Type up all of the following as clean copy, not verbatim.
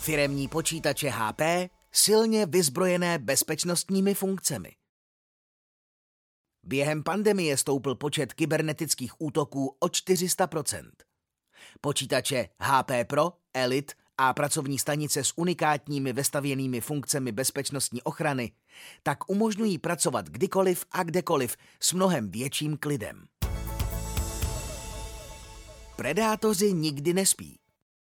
Firemní počítače HP silně vyzbrojené bezpečnostními funkcemi. Během pandemie stoupl počet kybernetických útoků o 400%. Počítače HP Pro, Elite a pracovní stanice s unikátními vestavěnými funkcemi bezpečnostní ochrany tak umožňují pracovat kdykoliv a kdekoliv s mnohem větším klidem. Predátoři nikdy nespí.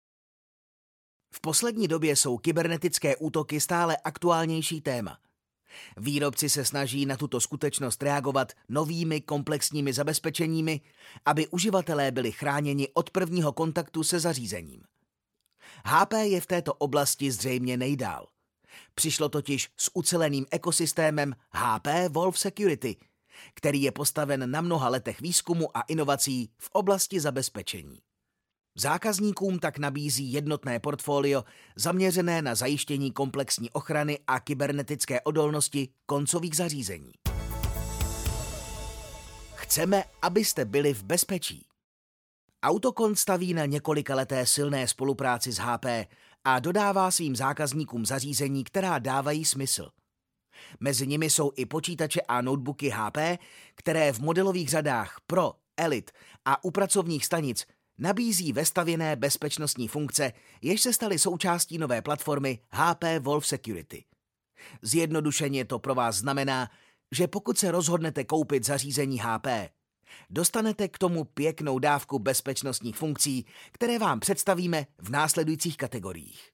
V poslední době jsou kybernetické útoky stále aktuálnější téma. Výrobci se snaží na tuto skutečnost reagovat novými komplexními zabezpečeními, aby uživatelé byli chráněni od prvního kontaktu se zařízením. HP je v této oblasti zřejmě nejdál. Přišlo totiž s uceleným ekosystémem HP Wolf Security, který je postaven na mnoha letech výzkumu a inovací v oblasti zabezpečení. Zákazníkům tak nabízí jednotné portfolio zaměřené na zajištění komplexní ochrany a kybernetické odolnosti koncových zařízení. Chceme, abyste byli v bezpečí. Autokont staví na několikaleté silné spolupráci s HP a dodává svým zákazníkům zařízení, která dávají smysl. Mezi nimi jsou i počítače a notebooky HP, které v modelových řadách Pro, Elite a u pracovních stanic nabízí vestavěné bezpečnostní funkce, jež se staly součástí nové platformy HP Wolf Security. Zjednodušeně to pro vás znamená, že pokud se rozhodnete koupit zařízení HP, dostanete k tomu pěknou dávku bezpečnostních funkcí, které vám představíme v následujících kategoriích.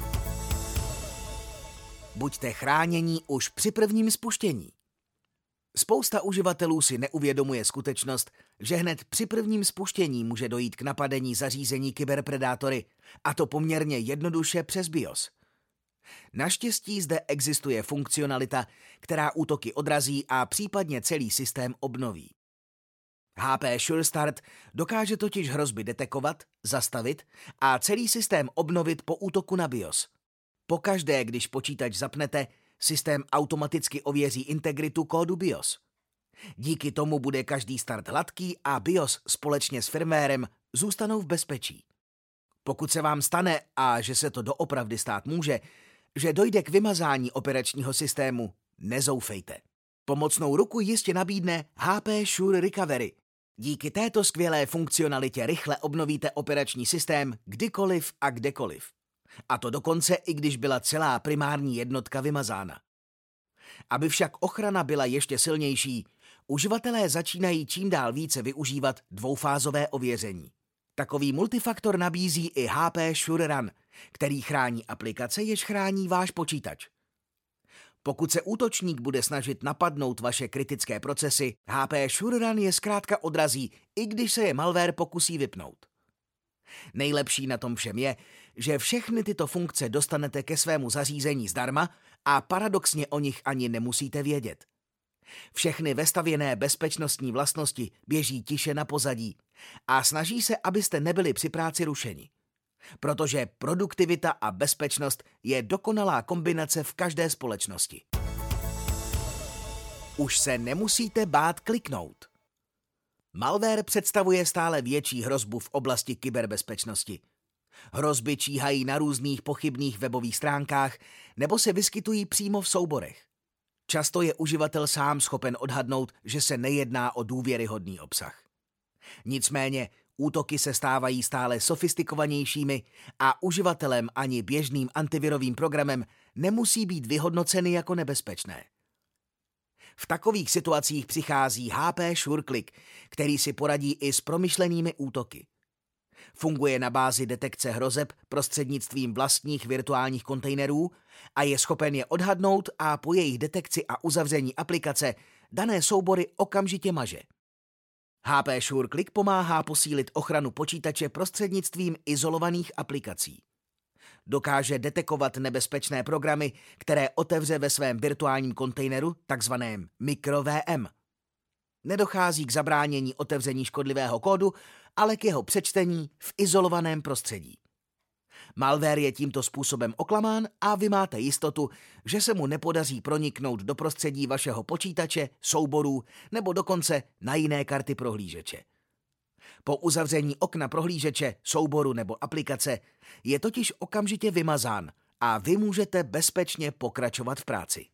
Buďte chráněni už při prvním spuštění. Spousta uživatelů si neuvědomuje skutečnost, že hned při prvním spuštění může dojít k napadení zařízení kyberpredátory, a to poměrně jednoduše přes BIOS. Naštěstí zde existuje funkcionalita, která útoky odrazí a případně celý systém obnoví. HP Sure Start dokáže totiž hrozby detekovat, zastavit a celý systém obnovit po útoku na BIOS. Pokaždé, když počítač zapnete, systém automaticky ověří integritu kódu BIOS. Díky tomu bude každý start hladký a BIOS společně s firmwárem zůstanou v bezpečí. Pokud se vám stane, a že se to doopravdy stát může, že dojde k vymazání operačního systému, nezoufejte. Pomocnou ruku jistě nabídne HP Sure Recovery. Díky této skvělé funkcionalitě rychle obnovíte operační systém kdykoliv a kdekoliv. A to dokonce, i když byla celá primární jednotka vymazána. Aby však ochrana byla ještě silnější, uživatelé začínají čím dál více využívat dvoufázové ověření. Takový multifaktor nabízí i HP Sure Run, který chrání aplikace, jež chrání váš počítač. Pokud se útočník bude snažit napadnout vaše kritické procesy, HP Sure Run je zkrátka odrazí, i když se je malware pokusí vypnout. Nejlepší na tom všem je, že všechny tyto funkce dostanete ke svému zařízení zdarma a paradoxně o nich ani nemusíte vědět. Všechny vestavěné bezpečnostní vlastnosti běží tiše na pozadí a snaží se, abyste nebyli při práci rušeni. Protože produktivita a bezpečnost je dokonalá kombinace v každé společnosti. Už se nemusíte bát kliknout. Malware představuje stále větší hrozbu v oblasti kyberbezpečnosti. Hrozby číhají na různých pochybných webových stránkách nebo se vyskytují přímo v souborech. Často je uživatel sám schopen odhadnout, že se nejedná o důvěryhodný obsah. Nicméně útoky se stávají stále sofistikovanějšími a uživatelem ani běžným antivirovým programem nemusí být vyhodnoceny jako nebezpečné. V takových situacích přichází HP SureClick, který si poradí i s promyšlenými útoky. Funguje na bázi detekce hrozeb prostřednictvím vlastních virtuálních kontejnerů a je schopen je odhadnout a po jejich detekci a uzavření aplikace dané soubory okamžitě maže. HP SureClick pomáhá posílit ochranu počítače prostřednictvím izolovaných aplikací. Dokáže detekovat nebezpečné programy, které otevře ve svém virtuálním kontejneru, takzvaném mikro-VM. Nedochází k zabránění otevření škodlivého kódu, ale k jeho přečtení v izolovaném prostředí. Malware je tímto způsobem oklamán a vy máte jistotu, že se mu nepodaří proniknout do prostředí vašeho počítače, souborů nebo dokonce na jiné karty prohlížeče. Po uzavření okna prohlížeče, souboru nebo aplikace je totiž okamžitě vymazán a vy můžete bezpečně pokračovat v práci.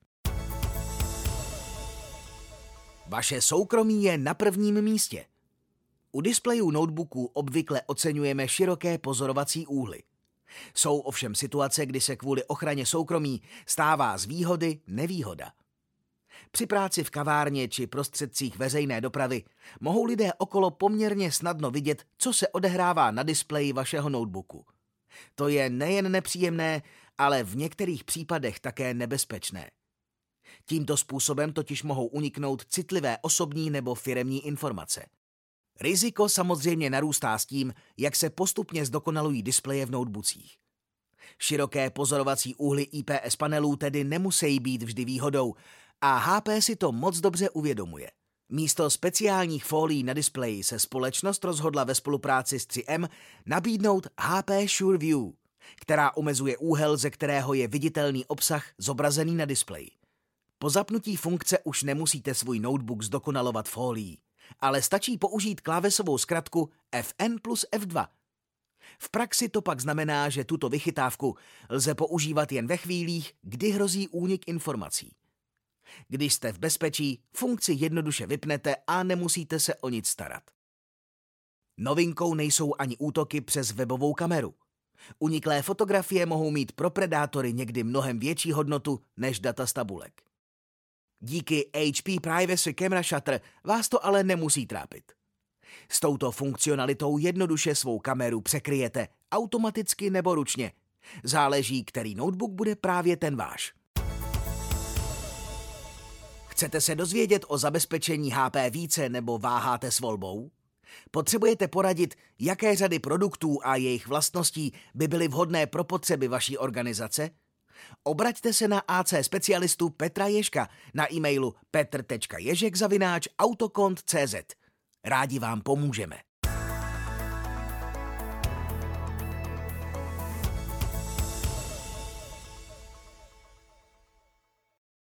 Vaše soukromí je na prvním místě. U displejů notebooků obvykle oceňujeme široké pozorovací úhly. Jsou ovšem situace, kdy se kvůli ochraně soukromí stává z výhody nevýhoda. Při práci v kavárně či prostředcích veřejné dopravy mohou lidé okolo poměrně snadno vidět, co se odehrává na displeji vašeho notebooku. To je nejen nepříjemné, ale v některých případech také nebezpečné. Tímto způsobem totiž mohou uniknout citlivé osobní nebo firemní informace. Riziko samozřejmě narůstá s tím, jak se postupně zdokonalují displeje v noteboocích. Široké pozorovací úhly IPS panelů tedy nemusí být vždy výhodou a HP si to moc dobře uvědomuje. Místo speciálních fólií na displeji se společnost rozhodla ve spolupráci s 3M nabídnout HP Sure View, která omezuje úhel, ze kterého je viditelný obsah zobrazený na displeji. Po zapnutí funkce už nemusíte svůj notebook zdokonalovat fólií, ale stačí použít klávesovou zkratku FN plus F2. V praxi to pak znamená, že tuto vychytávku lze používat jen ve chvílích, kdy hrozí únik informací. Když jste v bezpečí, funkci jednoduše vypnete a nemusíte se o nic starat. Novinkou nejsou ani útoky přes webovou kameru. Uniklé fotografie mohou mít pro predátory někdy mnohem větší hodnotu než data z tabulek. Díky HP Privacy Camera Shutter vás to ale nemusí trápit. S touto funkcionalitou jednoduše svou kameru překryjete automaticky nebo ručně. Záleží, který notebook bude právě ten váš. Chcete se dozvědět o zabezpečení HP více nebo váháte s volbou? Potřebujete poradit, jaké řady produktů a jejich vlastností by byly vhodné pro potřeby vaší organizace? Obraťte se na AC specialistu Petra Ježka na e-mailu petr.ježek@autokont.cz. Rádi vám pomůžeme.